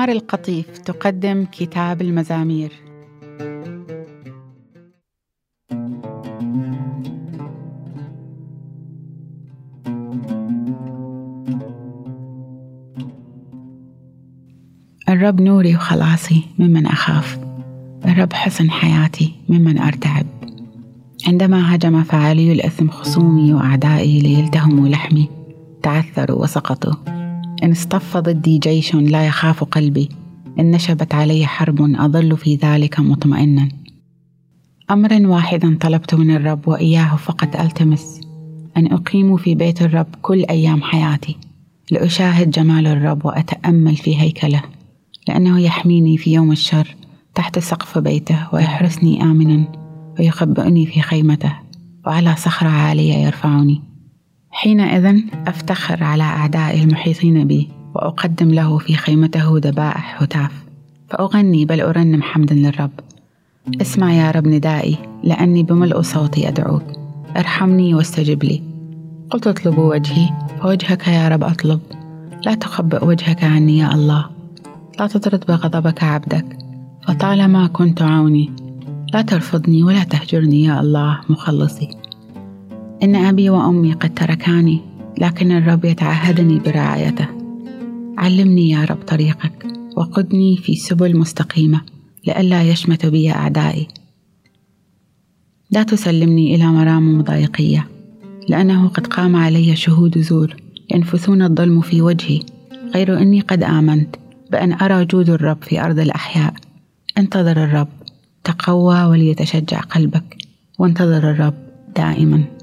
أنوار القطيف تقدم كتاب المزامير. الرب نوري وخلاصي ممن أخاف، الرب حصن حياتي ممن أرتعب. عندما هجم فاعلي الإثم خصومي وأعدائي ليلتهموا لحمي، تعثروا وسقطوا. إن اصطف ضدي جيش لا يخاف قلبي، إن نشبت علي حرب أظل في ذلك مطمئنا. أمرا واحدا طلبت من الرب وإياه فقط ألتمس، أن أقيم في بيت الرب كل أيام حياتي، لأشاهد جمال الرب وأتأمل في هيكله، لأنه يحميني في يوم الشر تحت سقف بيته، ويحرسني آمنا ويخبئني في خيمته، وعلى صخرة عالية يرفعني. حينئذ أفتخر على أعدائي المحيطين بي، وأقدم له في خيمته ذبائح هتاف، فأغني بل أرنم حمدا للرب. اسمع يا رب ندائي، لأني بملء صوتي أدعوك، ارحمني واستجب لي. قلت اطلبوا وجهي، فوجهك يا رب أطلب. لا تخبئ وجهك عني يا الله، لا تطرد بغضبك عبدك، فطالما كنت عوني. لا ترفضني ولا تهجرني يا الله مخلصي. إن أبي وأمي قد تركاني، لكن الرب يتعهدني برعايته. علمني يا رب طريقك، وقدني في سبل مستقيمة، لئلا يشمت بي أعدائي. لا تسلمني إلى مرام مضايقية، لأنه قد قام علي شهود زور ينفثون الظلم في وجهي، غير أني قد آمنت بأن أرى جود الرب في أرض الأحياء. انتظر الرب، تقوى وليتشجع قلبك، وانتظر الرب دائما.